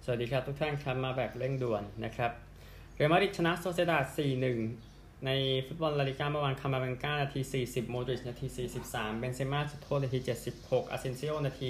สวัสดีครับทุกท่านครับมาแบบเร่งด่วนนะครับเรอัลมาดริดชนะโซเซดาด 4-1 ในฟุตบอลลาลิก้าเมื่อวานคามาเวนก้านาที 40 โมดริชนาที 43 เบนเซม่าจุดโทษนาที 76 อาเซนซิโอนาที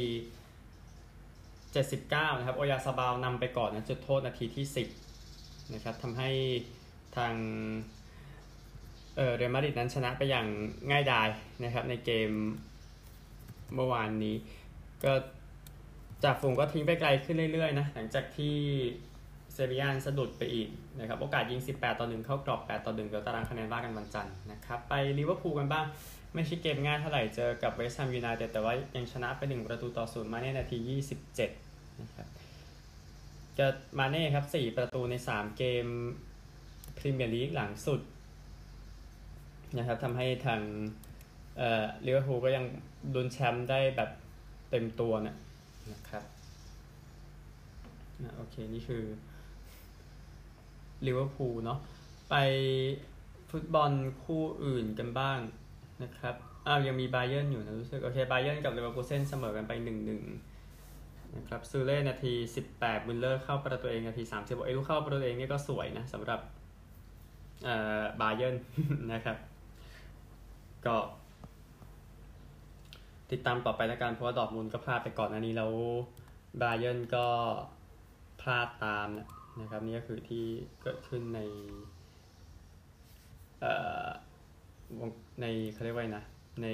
79 นะครับโอยาซาบาลนำไปก่อนนะจุดโทษนาทีที่ 10 นะครับทำให้ทางเรอัลมาดริดนั้นชนะไปอย่างง่ายดายนะครับในเกมเมื่อวานนี้ก็จากฝูงก็ทิ้งไปไกลขึ้นเรื่อยๆนะหลังจากที่เซบียาสะดุดไปอีกนะครับโอกาสยิง18-1เข้ากรอบ8-1เดี๋ยวตารางคะแนนว่ากันวันจันทร์นะครับไปลิเวอร์พูลกันบ้างไม่ใช่เกมง่ายเท่าไหร่เจอกับเวสต์แฮมยูไนเต็ดแต่ว่ายังชนะไป1-0มาเน่นาที27นะครับจะมาเน่ครับ4ประตูใน3เกมพรีเมียร์ลีกหลังสุดนะครับทำให้ทางลิเวอร์พูลก็ยังลุ้นแชมป์ได้แบบเต็มตัวนะครับโอเคนี่คือลิเวอร์พูลเนาะไปฟุตบอลคู่อื่นกันบ้างนะครับยังมีบาเยิร์นอยู่นะรู้สึกโอเคบาเยิร์นกับเลเวอร์คูเซ่นเสมอกันไป 1-1 นะครับซูเล่นาที18บุลเลอร์เข้าประตูเองนาที30ลูกเข้าประตูเองนี่ก็สวยนะสำหรับบาเยิร์น นะครับก็ติดตามต่อไปแล้วกันเพราะว่าดอร์ทมุนด์ก็พลาดไปก่อนหน้านี้แล้วบาเยิร์นก็พลาดตามนะครับนี่ก็คือที่เกิดขึ้นในเขาเรียกว่านะใน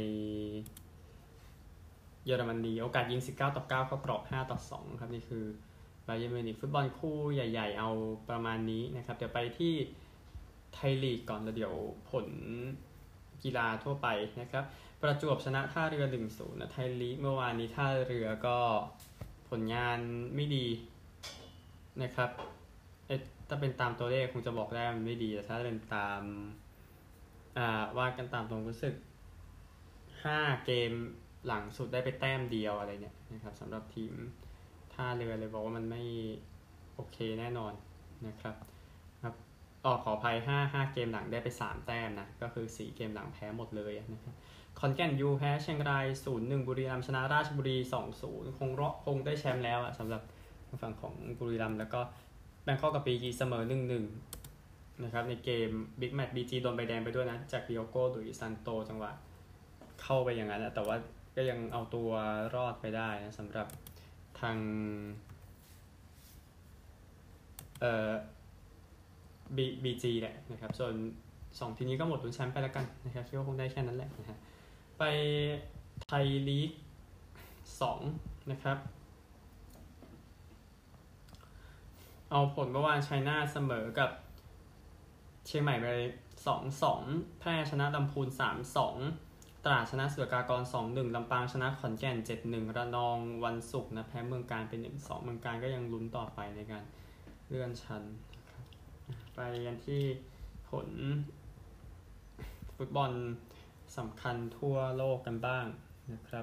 เยอรมนีโอกาสยิง19-9เข้ากรอบ5-2ครับนี่คือบาเยิร์นมิวนิกฟุตบอลคู่ใหญ่ๆเอาประมาณนี้นะครับเดี๋ยวไปที่ไทยลีกก่อนแล้วเดี๋ยวผลกีฬาทั่วไปนะครับประจวบชนะท่าเรือ 1-0 นะไทยลีกเมื่อวานนี้ท่าเรือก็ผลงานไม่ดีนะครับถ้าเป็นตามตัวเลขคงจะบอกได้มันไม่ดีแต่ถ้าเป็นตามว่ากันตามตรงรู้สึก5เกมหลังสุดได้ไปแต้มเดียวอะไรเนี่ยนะครับสำหรับทีมท่าเรือเลยบอกว่ามันไม่โอเคแน่นอนนะครับขออภัย5เกมหลังได้ไป3แต้มนะก็คือ4เกมหลังแพ้หมดเลยนะครับขอนแก่นยูแพ้เชียงราย 0-1 บุรีรัมย์ชนะราชบุรี 2-0 คงได้แชมป์แล้วสำหรับฝั่งของบุรีรัมย์แล้วก็แบงคอกกับปีจีเสมอ 1-1 นะครับในเกมบิ๊กแมตช์ BG โดนใบแดงไปด้วยนะจากดิโอโก้ดุยซันโตจังหวะเข้าไปอย่างนั้นแต่ว่าก็ยังเอาตัวรอดไปได้นะสำหรับทางBG แหละนะครับส่วน2ทีนี้ก็หมดลุ้นแชมป์ไปแล้วกันนะครับคิดว่าคงได้แค่นั้นแหละนะฮะไปไทยลีก2นะครับเอาผลเมื่อวานชัยนาทเสมอกับเชียงใหม่ไป 2-2 แพร่ชนะลำพูน 3-2 ตราดชนะเสือกากร 2-1 ลำปางชนะขอนแก่น 7-1 ระนองวันศุกร์นะแพ้เมืองการเป็น 1-2 เมืองการก็ยังลุ้นต่อไปในการเลื่อนชั้นไปกันที่ผลฟุตบอลสำคัญทั่วโลกกันบ้างนะครับ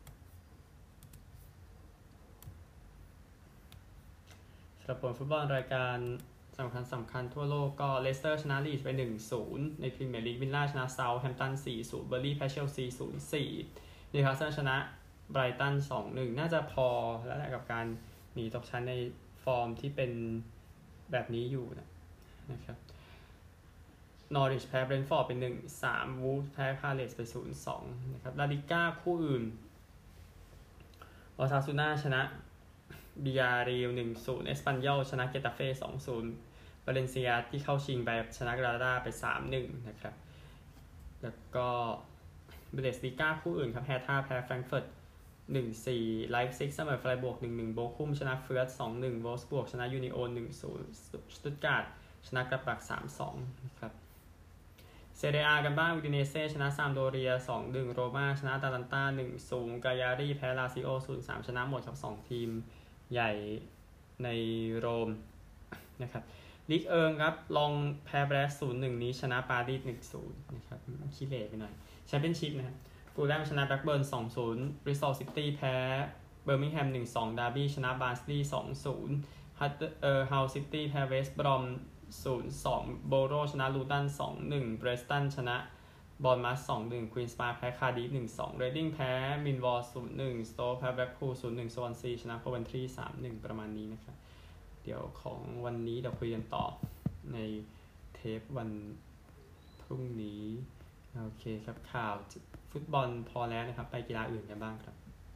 สำหรับผลฟุตบอลรายการสำคัญทั่วโลกก็เลสเตอร์ชนะลีดส์ไป 1-0 ในพรีเมียร์ลีกวิลล่าชนะเซาท์แฮมป์ตัน 4-0 เบอร์ลี่แพ้เชลซี 0-4 นิวคาสเซิลชนะไบรตัน 2-1 น่าจะพอแล้วกับการหนีตกชั้นในฟอร์มที่เป็นแบบนี้อยู่นะครับนอริชแพ้เบรนท์ฟอร์ดเป็น 1-3 วูฟแพ้พาเลสไป 0-2 นะครับลาลิก้าคู่อื่นออซาซูน่าชนะบิยาเรล 1-0 เอสปันยอลชนะเกตาเฟ่ 2-0 วาเลนเซียที่เข้าชิงไปชนะกราดาไป 3-1 นะครับแล้วก็เบเดสลิก้าคู่อื่นครับแฮท่าแพ้แฟรงก์เฟิร์ต 1-4 ไลฟ์ซิกเสมอไฟบวก 1-1 โบคุมชนะเฟืร์ส 2-1 โวลฟสบวกชนะยูนิโอน 1-0 สตุตการ์ดชนะกระปัก 3-2 นะครับเซเรียอากันบ้างอูดิเนเซ่ชนะซามโดเรีย 2-1 โรม่าชนะอาตาลันตา 1-0 กายารีแพ้ลาซิโอ 0-3 ชนะหมดครับ2ทีมใหญ่ในโรมนะครับลีกเอิงครับลองแพ้แบรส 0-1 นี้ชนะปารีส 1-0 นะครับขี้เหร่ไปหน่อยแชมเปี้ยนชิพนะครับฟูลแลมชนะแบล็กเบิร์น 2-0 บริสตอลซิตี้แพ้เบอร์มิงแฮม 1-2 ดาร์บี้ชนะบาร์นลีย์ 2-0 ฮาวซิตี้แพ้เวสต์บรอม 0-2 โบโรชนะลูตัน 2-1 เบรสตันชนะบอร์นมัส 2-1 ควีนส์ปาร์คแพ้คาร์ดิฟ 1-2 เรดดิ้งแพ้มินวอล 0-1 สโต๊กแพ้แบล็คพูล 0-1 สวอนซีชนะโคเวนทรี 3-1 ประมาณนี้นะครับเดี๋ยวของวันนี้เดี๋ยวคุยกันต่อในเทปวันพรุ่งนี้โอเคครับข่าวฟุตบอลพอแล้วนะครับไปกีฬาอื่นกันบ้างครับ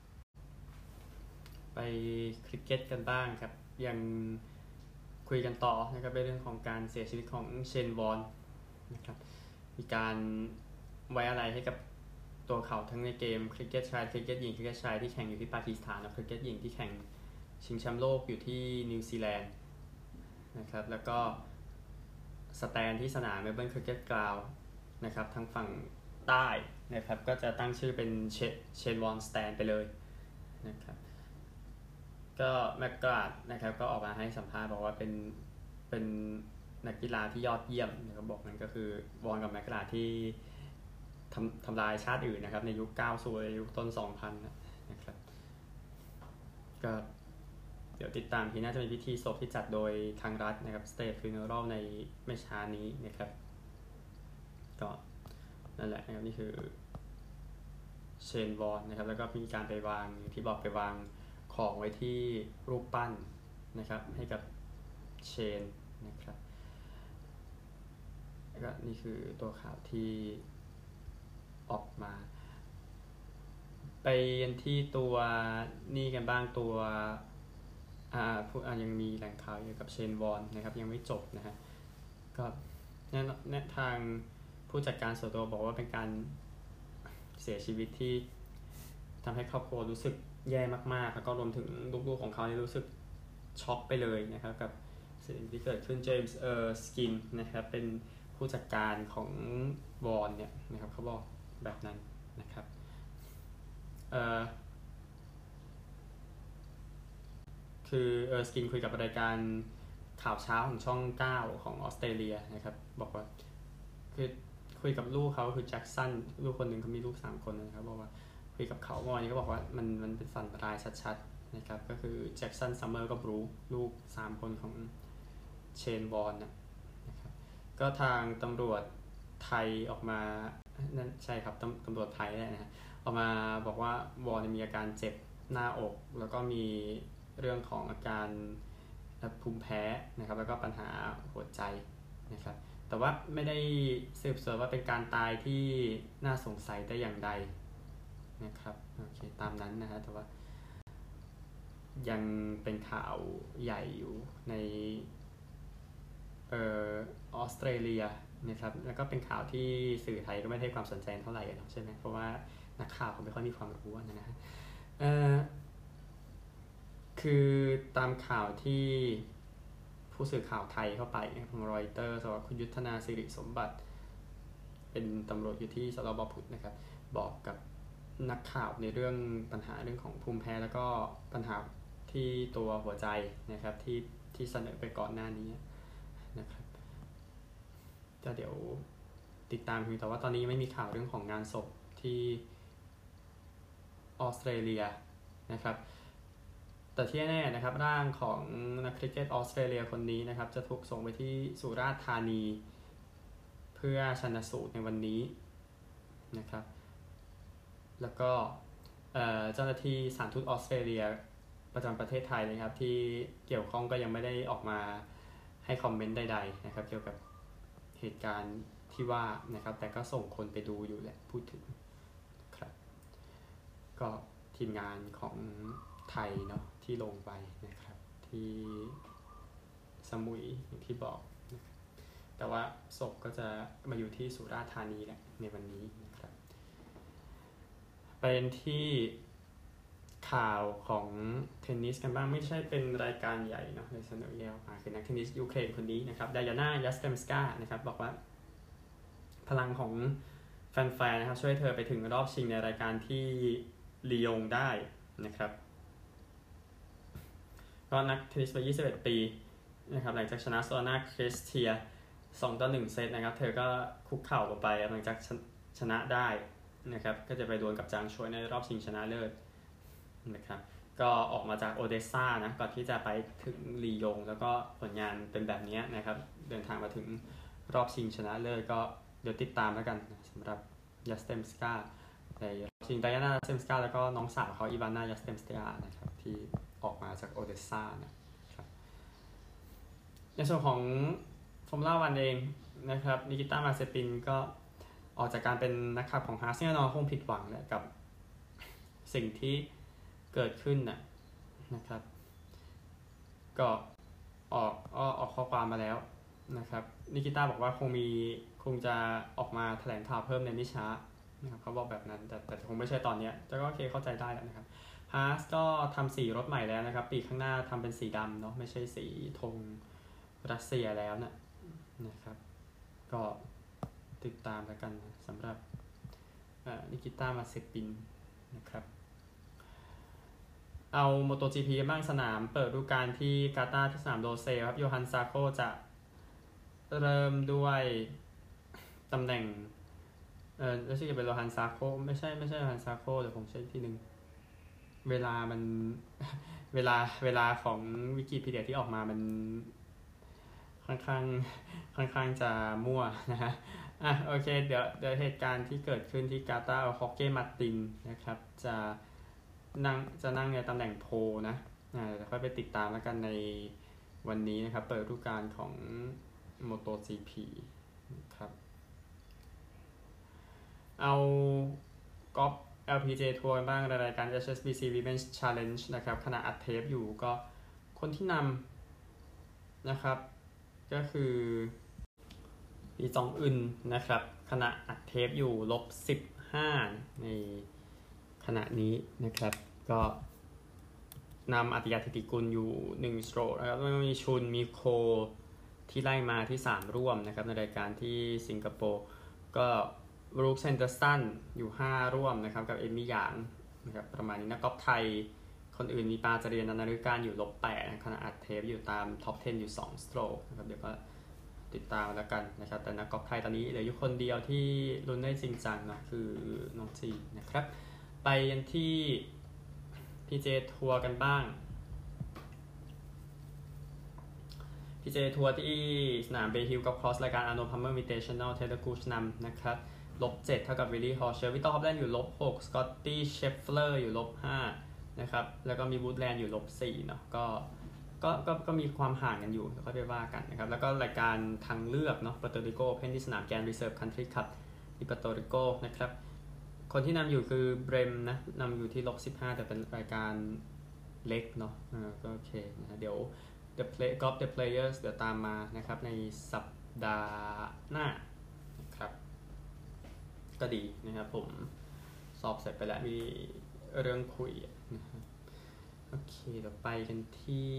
ไปคริกเก็ตกันบ้างครับยังคุยกันต่อนะครับในเรื่องของการเสียชีวิตของเชนวอนนะครับมีการไว้อะไรให้กับตัวเขาทั้งในเกมคริกเก็ตชายคริกเก็ตหญิงคริกเก็ตชายที่แข่งอยู่ที่ปากีสถานและคริกเก็ตหญิงที่แข่งชิงแชมป์โลกอยู่ที่นิวซีแลนด์นะครับแล้วก็สแตนที่สนามเมลเบิร์นคริกเก็ตกราวด์นะครับทางฝั่งใต้นะครับก็จะตั้งชื่อเป็นเชนวอนสแตนไปเลยนะครับก็แมกกราดนะครับก็ออกมาให้สัมภาษณ์บอกว่าเป็นนักกีฬาที่ยอดเยี่ยมนะครับบอกนั่นก็คือวอนกับแมกกราดที่ทำลายชาติอื่นนะครับในยุค90ในยุคต้น 2000 นะครับก็เดี๋ยวติดตามที่น่าจะมีพิธีศพที่จัดโดยทางรัฐนะครับ State Funeral ในไม่ช้านี้นะครับก็นั่นแหละนะครับนี่คือเชนวอนนะครับแล้วก็มีการไปวางอย่างที่บอกไปวางของไว้ที่รูปปั้นนะครับให้กับเชนนะครับแล้วก็นี่คือตัวข่าวที่ออกมาไปที่ตัวนี่กันบ้างตัวยังมีแหล่งข่าวเกี่ยวกับเชนวอนนะครับยังไม่จบนะฮะก็แนทางผู้จัดการส่วนตัวบอกว่าเป็นการเสียชีวิตที่ทำให้ครอบครัวรู้สึกแย่มากๆแล้วก็รวมถึงลูกๆของเขาที่รู้สึกช็อกไปเลยนะครับกับสิ่งที่เกิดขึ้นเจมส์สกินนะครับเป็นผู้จัดการของวอนเนี่ยนะครับเขาบอกแบบนั้นนะครับคือสกินคุยกับรายการข่าวเช้าของช่อง 9 ของออสเตรเลียนะครับบอกว่าคือคุยกับลูกเขาคือแจ็คสันลูกคนหนึ่งเขามีลูก3คนนะครับบอกว่าคุยกับเขาเมื่อวานนี้ก็บอกว่ามันเป็นฝันร้ายชัดๆนะครับก็คือแจ็คสันซัมเมอร์กับบรูลูก3คนของเชนวอนนะครับก็ทางตำรวจไทยออกมานั่นใช่ครับตำรวจไทยนะฮะออกมาบอกว่าวอนมีอาการเจ็บหน้าอกแล้วก็มีเรื่องของอาการภูมิแพ้นะครับแล้วก็ปัญหาหัวใจนะครับแต่ว่าไม่ได้สืบสวนว่าเป็นการตายที่น่าสงสัยแต่อย่างใดนะครับโอเคตามนั้นนะฮะแต่ว่ายังเป็นข่าวใหญ่อยู่ในออสเตรเลียนะครับแล้วก็เป็นข่าวที่สื่อไทยก็ไม่ให้ความสนใจเท่าไหร่ใช่ไหมเพราะว่านักข่าวเขาไม่ค่อยมีความรู้นะฮะคือตามข่าวที่ผู้สื่อข่าวไทยเข้าไปของรอยเตอร์สำหรับคุณยุทธนาสิริสมบัติเป็นตำรวจอยู่ที่สระบุรีนะครับบอกกับนักข่าวในเรื่องปัญหาเรื่องของภูมิแพ้แล้วก็ปัญหาที่ตัวหัวใจนะครับที่เสนอไปก่อนหน้านี้นะครับจะเดี๋ยวติดตามคือแต่ว่าตอนนี้ไม่มีข่าวเรื่องของงานศพที่ออสเตรเลียนะครับแต่ที่แน่นะครับร่างของนักคริกเก็ตออสเตรเลียคนนี้นะครับจะถูกส่งไปที่สุราษฎร์ธานีเพื่อชันสูตรในวันนี้นะครับแล้วก็เจ้าหน้าที่สถานทูตออสเตรเลียประจำประเทศไทยนะครับที่เกี่ยวข้องก็ยังไม่ได้ออกมาให้คอมเมนต์ใดๆนะครับเกี่ยวกับเหตุการณ์ที่ว่านะครับแต่ก็ส่งคนไปดูอยู่แหละพูดถึงครับก็ทีมงานของไทยเนาะที่ลงไปนะครับที่สมุยอย่างที่บอกนะครับแต่ว่าศพก็จะมาอยู่ที่สุราษฎร์ธานีแหละในวันนี้นะครับเป็นที่ข่าวของเทนนิสกันบ้างไม่ใช่เป็นรายการใหญ่เนาะในเสนอแยกมาคือนักเทนนิสยูเครนคนนี้นะครับไดอาน่ายัสเตมสกานะครับบอกว่าพลังของแฟนๆนะครับช่วยเธอไปถึงรอบชิงในรายการที่ลียงได้นะครับก็นักเทนนิสวัย21 ปีนะครับหลังจากชนะโซนาคริสเทีย2-1 เซตนะครับเธอก็คุกเข่าลงไปหลังจากชนะได้นะครับก็จะไปดวลกับจางชวยในรอบชิงชนะเลิศนะครับก็ออกมาจากโอเดสซานะก่อนที่จะไปถึงลียงแล้วก็ผลงานเป็นแบบนี้นะครับเดินทางมาถึงรอบชิงชนะเลิศก็เดี๋ยวติดตามแล้วกันสำหรับยัสเตมสกาในชิงไดอาน่ายัสเตมสกาแล้วก็น้องสาวเขาอีวาน่ายัสเตมสกานะครับที่ออกมาจากโอเดสซานะครับในส่วนของฟอร์มูล่าวันเองนะครับนิกิต้ามาเซปินก็ออกจากการเป็นนักขับของฮาร์สแน่นอนคงผิดหวังแหละกับสิ่งที่เกิดขึ้นนะครับก็ออกข้อความมาแล้วนะครับนิกิต้าบอกว่าคงจะออกมาแถลงข่าวเพิ่มในไม่ช้านะครับเขาบอกแบบนั้นแต่คงไม่ใช่ตอนนี้แต่ก็โอเคเข้าใจได้แล้วนะครับฮาร์สก็ทำสีรถใหม่แล้วนะครับปีข้างหน้าทำเป็นสีดำเนาะไม่ใช่สีธงรัสเซียแล้วนะครับก็ติดตามแล้วกันนะสำหรับนิกิต้ามาเซปินนะครับเอา MotoGP บ้างสนามเปิดฤดูกาลที่กาตาร์ที่สนามโรเซครับโยฮันซาโคจะเริ่มด้วยตำแหน่งแล้วชื่อจะเป็นโยฮันซาโคไม่ใช่โยฮันซาโคเดี๋ยวผมเช็คทีนึงเวลามัน เวลาของวิกิพีเดียที่ออกมามันค่อนข้างจะมั่วนะฮะโอเคเดี๋ยวเหตุการณ์ที่เกิดขึ้นที่กาตาร์ฮอกเก้มาร์ตินนะครับจะนั่งในตำแหน่งโพนะเดี๋ยวค่อยไปติดตามแล้วกันในวันนี้นะครับเปิดฤดูกาลของ MotoGP นะครับเอากอล์ฟ LPGA ทัวร์บ้างรายการ HSBC Women's Challenge นะครับขณะอัดเทปอยู่ก็คนที่นำนะครับก็คือปีจองอึนนะครับขณะอัดเทปอยู่-15ในขณะนี้นะครับก็นำอัตยาธิติกุลอยู่1สโตรกนะครับมีชุนมีโคที่ไล่มาที่3ร่วมนะครับในรายการที่สิงคโปร์ก็บรูคเซนเดอร์สันอยู่5ร่วมนะครับกับเอมี่หยางนะครับประมาณนี้นักกอล์ฟไทยคนอื่นมีปาจารีนันทฤการอยู่-8ขณะอัดเทปอยู่ตามท็อป10อยู่2สโตรกนะครับเดี๋ยวก็ติดตามแล้วกันนะครับแต่นักกอล์ฟไทยตอนนี้เหลืออยู่คนเดียวที่ลุ้นได้จริงจังนะคือน้องจีนะครับไปกันที่ PJ ทัวร์กันบ้าง PJ ทัวร์ที่สนามเบย์ฮิลกับคอร์สรายการอาร์โนพัมเมอร์มิเทชันแนลเทเลกูชนำนะครับ-7เท่ากับวิลลี่ฮอร์เชอร์วิตเตอร์ฮอปแลนด์อยู่-6สกอตตี้เชฟเฟอร์อยู่-5นะครับแล้วก็มีวูดแลนด์อยู่-4เนาะก็มีความห่างกันอยู่แล้วก็ไปว่ากันนะครับแล้วก็รายการทางเลือกเนาะปาโตริโกเพนที่สนามแกรนด์รีเซิร์ฟคันทรีคลับที่ปาโตริโกนะครับคนที่นำอยู่คือเบรมนะนำอยู่ที่-15แต่เป็นรายการเล็กเนาะก็โอเคนะเดี๋ยว The Players เดี๋ยวตามมานะครับในสัปดาห์หน้านะครับก็ดีนะครับผมสอบเสร็จไปแล้วมีเรื่องคุยนะครับโอเคเดี๋ยวไปกันที่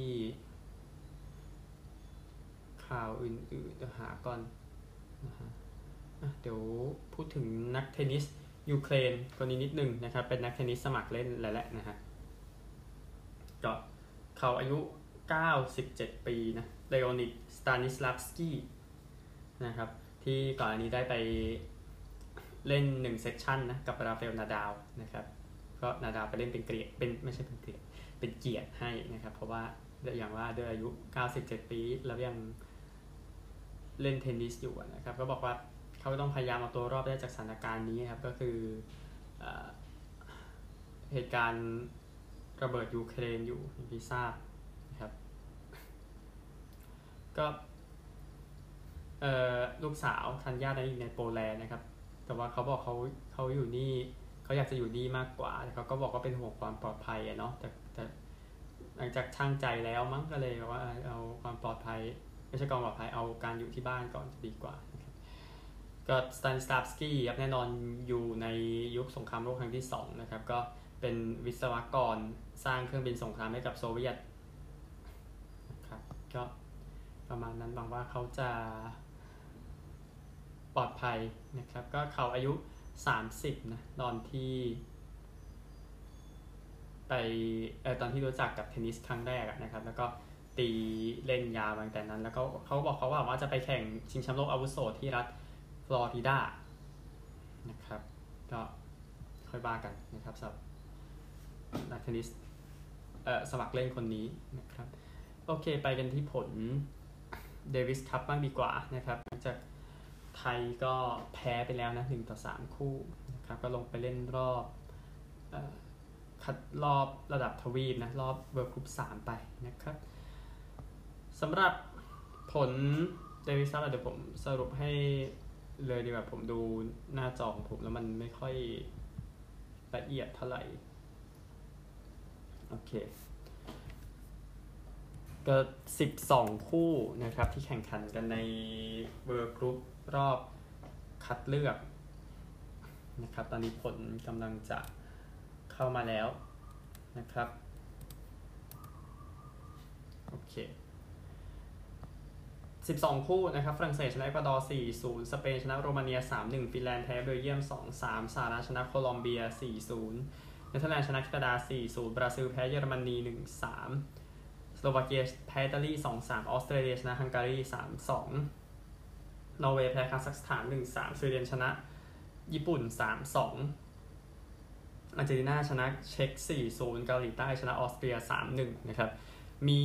ข่าวอื่นๆเดี๋ยวหาก่อนนะฮะเดี๋ยวพูดถึงนักเทนนิสยูเครนคนนี้นิดนึงนะครับเป็นนักเทนนิสสมัครเล่นแล้วแหละนะฮะก็เขาอายุ97ปีนะเลโอนิดสตานิสลาฟสกี้นะครับที่ก่อนอันนี้ได้ไปเล่น1เซสชั่นนะกับราฟาเอลนาดาลนะครับก็นาดาลไปเล่นเป็นเกียรติไม่ใช่เป็นเกียรติเป็นเกียรติให้นะครับเพราะว่าอย่างว่าด้วยอายุ97ปีแล้วยังเล่นเทนนิสอยู่นะครับก็บอกว่าเขาต้องพยายามเอาตัวรอดได้จากสถานการณ์นี้ครับก็คือเหตุการณ์ระเบิดยูเครนอยู่อย่างที่ทราบนะครับก็ลูกสาวทัญญาได้อยู่ในโปแลนด์นะครับแต่ว่าเขาบอกเขาอยู่นี่เขาอยากจะอยู่นี่มากกว่าแต่เขาก็บอกว่าเป็นห่วงความปลอดภัยเนาะแต่หลังจากช่างใจแล้วมั้งก็เลยว่าเอาความปลอดภัยไม่ใช่ความปลอดภัยเอาการอยู่ที่บ้านก่อนจะดีกว่าก็สแตนสตาฟสกี้ครับแน่นอนอยู่ในยุคสงครามโลกครั้งที่2นะครับก็เป็นวิศวกรสร้างเครื่องบินสงครามให้กับโซเวียตนะครับก็ประมาณนั้นหวังว่าเขาจะปลอดภัยนะครับก็เขาอายุ30นะตอนที่ไปตอนที่รู้จักกับเทนนิสครั้งแรกนะครับแล้วก็ตีเล่นยาวตั้งแต่นั้นแล้วก็เขาบอกว่าจะไปแข่งชิงแชมป์โลกอาวุโสที่รัฐฟลอริดานะครับก็ค่อยว่ากันนะครับสำหรับนักเทนนิสสมัครเล่นคนนี้นะครับโอเคไปกันที่ผลเดวิสคัพบ้างดีกว่านะครับหลังจากไทยก็แพ้ไปแล้วนะ1-3คู่นะครับก็ลงไปเล่นรอบคัดรอบระดับทวีปนะรอบเวิลด์กรุ๊ป3ไปนะครับสำหรับผลเดวิสซับเดี๋ยวผมสรุปให้เลยดีกว่าผมดูหน้าจอของผมแล้วมันไม่ค่อยละเอียดเท่าไหร่โอเคก็12คู่นะครับที่แข่งขันกันในเวิลด์กรุ๊ปรอบคัดเลือกนะครับตอนนี้ผลกำลังจะเข้ามาแล้วนะครับโอเค12คู่นะครับฝรั่งเศสชนะเอกวาดอร์ 4-0 สเปนชนะโรมาเนีย 3-1 ฟินแลนด์แพ้เบลเยียม 2-3 สหรัฐชนะโคลอมเบีย 4-0 เนเธอร์แลนด์ชนะแคนาดา 4-0 บราซิลแพ้เยอรมนี 1-3 สโลวาเกียแพ้อิตาลี 2-3 ออสเตรเลียชนะฮังการี 3-2 นอร์เวย์แพ้คาซัคสถาน 1-3 สวีเดนชนะญี่ปุ่น 3-2 อาร์เจนตินาชนะเช็ก 4-0 เกาหลีใต้ชนะออสเตรีย 3-1 นะครับมี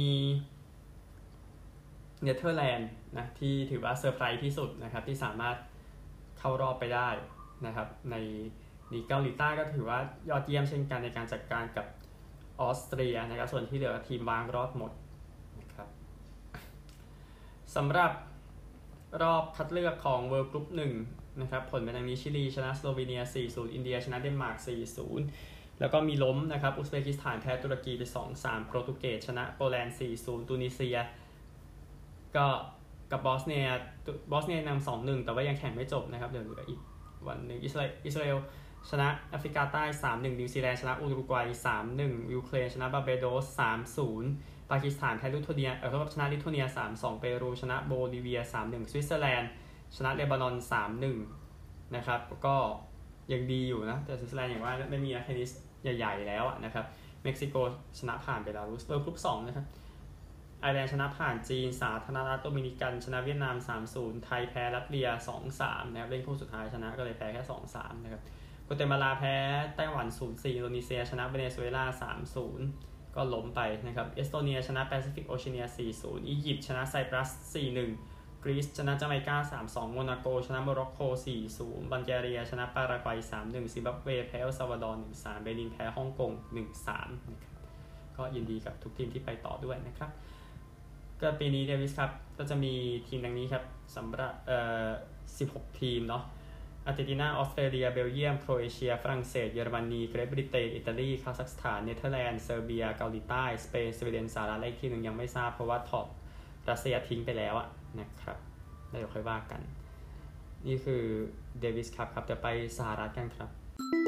เนเธอร์แลนด์นะที่ถือว่าเซอร์ไพรส์ที่สุดนะครับที่สามารถเข้ารอบไปได้นะครับในนี้เกาหลีใต้ก็ถือว่ายอดเยี่ยมเช่นกันในการจัดการกับออสเตรียนะครับส่วนที่เหลือทีมวางรอดหมดนะครับสำหรับรอบคัดเลือกของ World Group 1นะครับผลเป็นดังนี้ชิลีชนะสโลวีเนีย 4-0 อินเดียชนะเดนมาร์ก 4-0 แล้วก็มีล้มนะครับอุซเบกิสถานแพ้ตุรกีไป 2-3 โปรตุเกสชนะโปแลนด์ 4-0 ตูนิเซียก็กับบอสเนียนำ 2-1 แต่ว่ายังแข่งไม่จบนะครับเดี๋ยวเหลืออีกวันหนึ่งอิสราเอลชนะแอฟริกาใต้ 3-1 นิวซีแลนด์ชนะอุรุกวัย 3-1 ยูเครนชนะบาร์เบโดส 3-0 ปากีสถานแพ้ลิทัวเนียชนะลิทัวเนีย 3-2 เปรูชนะโบลิเวีย 3-1 สวิตเซอร์แลนด์ชนะเลบานอน 3-1 นะครับก็ยังดีอยู่นะแต่สวิตเซอร์แลนด์อย่างว่าไม่มีนักเทนนิสใหญ่ๆแล้วนะครับเม็กซิโกชนะผ่านเบลารุสเวิลด์กรุ๊ป 2นะครับไอร์แลนด์ชนะผ่านจีนสาธารณรัฐโดมินิกันชนะเวียดนาม 3-0 ไทยแพ้รัสเซีย 2-3 นะครับเล่นคู่สุดท้ายชนะก็เลยแพ้แค่ 2-3 นะครับโกเตมาลาแพ้ไต้หวัน 0-4 อินโดนีเซียชนะเวเนซุเอลา 3-0 ก็ล้มไปนะครับเอสโตเนียชนะแปซิฟิกโอเชียเนีย 4-0 อียิปต์ชนะไซปรัส 4-1 กรีซชนะจาเมกา 3-2 โมนาโกชนะโมร็อกโก 4-0 บัลแกเรียชนะปารากวัย 3-1 ซิมบับเวแพ้เอลซัลวาดอร์ 1-3 เบนินแพ้ฮ่องกง 1-3 นะครับก็ยินดีกับทุกทีมที่ไปต่อด้วยนะครับก็ปีนี้เดวิสครับก็จะมีทีมดังนี้ครับสำหรับ16 ทีมเนาะอาร์เจนตินาออสเตรเลียเบลเยียมโครเอเชียฝรั่งเศสเยอรมนีเกรทบริเตนอิตาลีคาซัคสถานเนเธอร์แลนด์เซอร์เบียเกาหลีใต้สเปนสวีเดนสหรัฐและอีกทีหนึ่งยังไม่ทราบเพราะว่าถอดรัสเซียทิ้งไปแล้วนะครับเดี๋ยวค่อยว่ากันนี่คือเดวิสครับจะไปสหรัฐกันครับ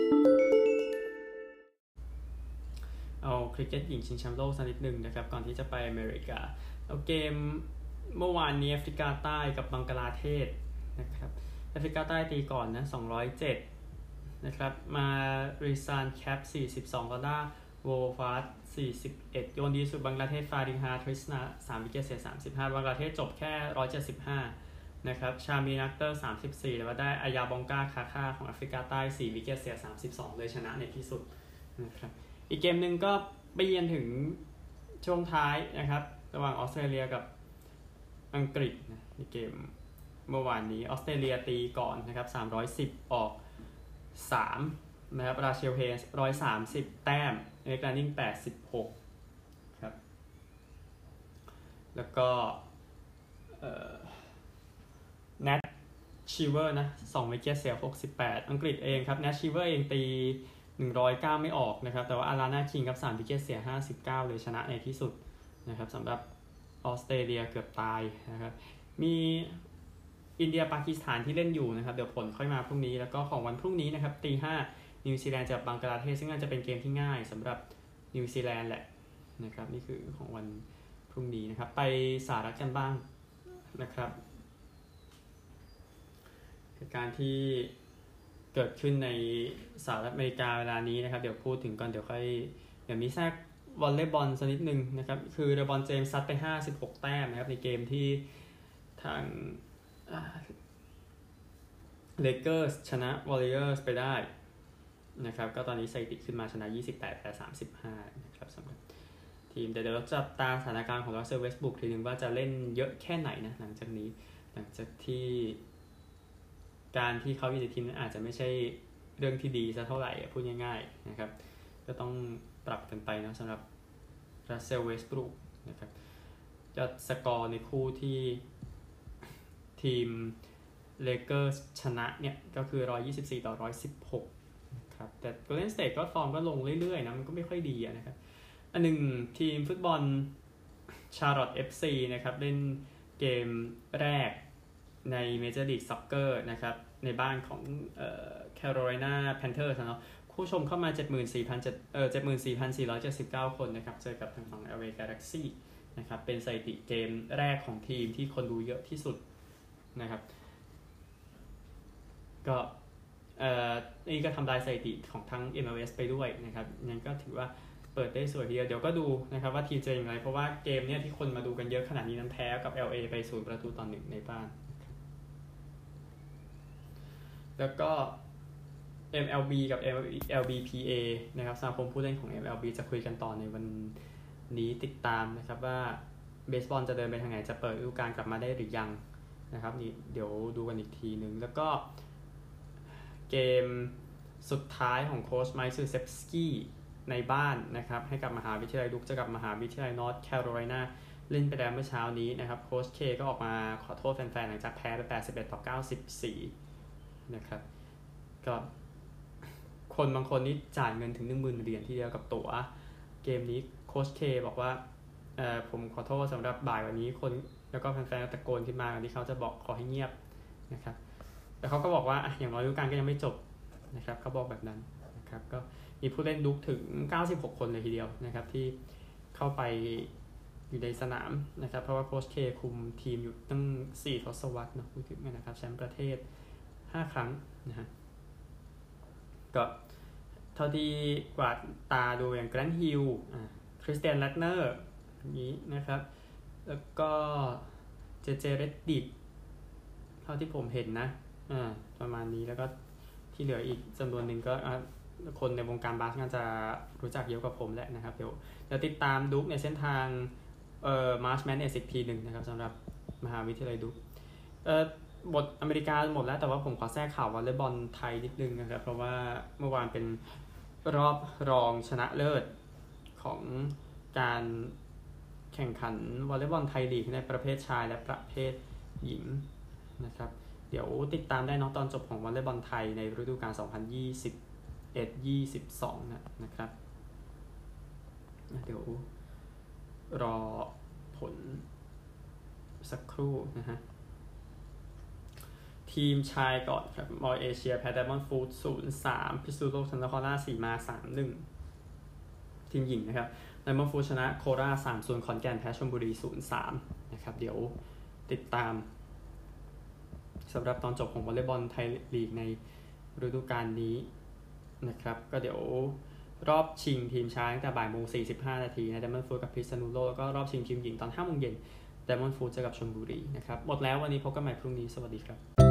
เอาคริกเก็ตหญิงชิงแชมป์โลกสักนิดหนึ่งนะครับก่อนที่จะไปอเมริกาเอาเกมเมื่อวานนี้แอฟริกาใต้กับบังกลาเทศนะครับแอฟริกาใต้ตีก่อนนะ207นะครับมาริซานแคป42ก็ได้โวฟาส41โยนดีสุดบังกลาเทศฟาดิงฮาทริสนา3วิกเก็ตเสีย35บังกลาเทศจบแค่175นะครับชามีนักเตอร์34แล้วก็ได้อายาบองกาคาค่าของแอฟริกาใต้4วิกเก็ตเสีย32เลยชนะในที่สุดนะครับอีกเกมหนึ่งก็ไปเยือนถึงช่วงท้ายนะครับระหว่างออสเตรเลียกับอังกฤษนะในเกมเมื่อวานนี้ออสเตรเลียตีก่อนนะครับ310ออก3นะครับราเชลเฮส130แต้มเอเล็กแลนดิ้ง86ครับแล้วก็แนทชีเวอร์นะ2วิกเก็ตเสีย68อังกฤษเองครับแนทชีเวอร์เองตี109ไม่ออกนะครับแต่ว่าอาราน่าคิงครับ3วิกเก็ตเสีย59เลยชนะในที่สุดนะครับสำหรับออสเตรเลียเกือบตายนะครับมีอินเดียปากีสถานที่เล่นอยู่นะครับเดี๋ยวผลค่อยมาพรุ่งนี้แล้วก็ของวันพรุ่งนี้นะครับตี 5นิวซีแลนด์จะบังกลาเทศซึ่งน่าจะเป็นเกมที่ง่ายสำหรับนิวซีแลนด์แหละนะครับนี่คือของวันพรุ่งนี้นะครับไปสหรัฐกันบ้างนะครับเหตุการณ์ที่เกิดขึ้นในสหรัฐอเมริกาเวลานี้นะครับเดี๋ยวพูดถึงก่อนเดี๋ยวมีแทรกวอลเลย์บอลสักนิดนึงนะครับคือเลบรอนเจมส์ซัดไป56แต้มนะครับในเกมที่ทางเลเกอร์สชนะวอลเลเยอร์สไปได้นะครับก็ตอนนี้สถิติขึ้นมาชนะ28แพ้35นะครับสำหรับทีมเดี๋ยวเราจับตาสถานการณ์ของรัสเซลเวสต์บรูคทีนึงว่าจะเล่นเยอะแค่ไหนนะหลังจากที่การที่เขาอยู่ในทีมนั้นอาจจะไม่ใช่เรื่องที่ดีซะเท่าไหร่พูดง่ายๆนะครับก็ต้องปรับกันไปนะสำหรับรัสเซลเวสต์บรูคนะครับยอดสกอร์ในคู่ที่ทีมเลเกอร์สชนะเนี่ยก็คือ124-116ครับแต่ Golden State ก็ฟอร์มก็ลงเรื่อยๆนะมันก็ไม่ค่อยดีนะครับอันหนึ่งทีมฟุตบอล Charlotte FC นะครับเล่นเกมแรกใน Major League Soccer นะครับในบ้านของCarolina Panthers เนาะผู้ชมเข้ามา 74,479 คนนะครับเจอกับทางฝั่ง LA Galaxy นะครับเป็นสถิติเกมแรกของทีมที่คนดูเยอะที่สุดนะครับก็นี่ก็ทำลายสถิติของทั้ง MLS ไปด้วยนะครับนั่นก็ถือว่าเปิดได้สวยทีเดียวเดี๋ยวก็ดูนะครับว่าทีมจะยังไงเพราะว่าเกมเนี้ยที่คนมาดูกันเยอะขนาดนี้นั้นแพ้กับ LA ไป0-1ในบ้านแล้วก็ MLB กับ LBPA นะครับสมาคมผู้เล่นของ MLB จะคุยกันต่อในวันนี้ติดตามนะครับว่าเบสบอลจะเดินไปทางไหนจะเปิดฤดูกาลกลับมาได้หรือยังนะครับนี่เดี๋ยวดูกันอีกทีนึงแล้วก็เกมสุดท้ายของโค้ชไมค์ซูเซฟสกี้ในบ้านนะครับให้กับมหาวิทยาลัยดุกจะกับมหาวิทยาลัยนอร์ทแคโรไลนาเล่นไปแล้วเมื่อเช้านี้นะครับโค้ชเคก็ออกมาขอโทษแฟนๆหลังจากแพ้ไป81-94นะครับก็คนบางคนนี่จ่ายเงินถึง 10,000 เหรียญทีเดียวกับตั๋วเกมนี้โค้ชเคบอกว่าผมขอโทษสำหรับบ่ายวันนี้คนแล้วก็แฟนๆตะโกนขึ้นมาที่เขาจะบอกขอให้เงียบนะครับแต่เขาก็บอกว่าอย่างน้อยฤดูกาลก็ยังไม่จบนะครับเขาบอกแบบนั้นนะครับก็มีผู้เล่นดุกถึง96 คนเลยทีเดียวนะครับที่เข้าไปอยู่ในสนามนะครับเพราะว่าโค้ชเคคุมทีมอยู่ตั้ง4 ทศวรรษเนาะพูดถึงนะครับแชมป์ประเทศ5 ครั้งนะฮะก็เท่าที่กวาดตาดูอย่างแกรนท์ฮิลคริสเตียนแลตเนอร์นี้นะครับแล้วก็เจเรดดิตเท่าที่ผมเห็นนะประมาณนี้แล้วก็ที่เหลืออีกจำนวนหนึ่งก็คนในวงการบาสก็จะรู้จักเยอะกว่าผมแหละนะครับเดี๋ยวติดตามดุ๊กในเส้นทางมาร์ชแมนเนสอีกทีหนึ่งนะครับสำหรับมหาวิทยาลัยดุ๊กบทอเมริกาหมดแล้วแต่ว่าผมขอแทรกข่าววอลเลย์บอลไทยนิดนึงนะครับเพราะว่าเมื่อวานเป็นรอบรองชนะเลิศของการแข่งขันวอลเลย์บอลไทยลีกในประเภทชายและประเภทหญิงนะครับเดี๋ยวติดตามได้ตอนจบของวอลเลย์บอลไทยในฤดูกาล 2021-22 นะครับเดี๋ยวรอผลสักครู่นะฮะทีมชายก่อนครับมอเอเชียแพ้ไดมอนด์ฟูด 0-3 พิษณุโลกชนะนครราชสีมา 3-1 ทีมหญิงนะครับไดมอนด์ฟูดชนะโคราช 3-0 ขอนแก่นแพ้ชลบุรี 0-3 นะครับเดี๋ยวติดตามสำหรับตอนจบของวอลเลย์บอลไทยลีกในฤดูกาลนี้นะครับก็เดี๋ยวรอบชิงทีมชายตั้งแต่บ่ายโมง45 นาทีนะไดมอนด์ฟูดกับพิษณุโลกแล้วก็รอบชิงทีมหญิงตอน 5 โมงเย็นไดมอนด์ฟูดเจอกับชลบุรีนะครับหมดแล้ววันนี้พบกันใหม่พรุ่งนี้สวัสดีครับ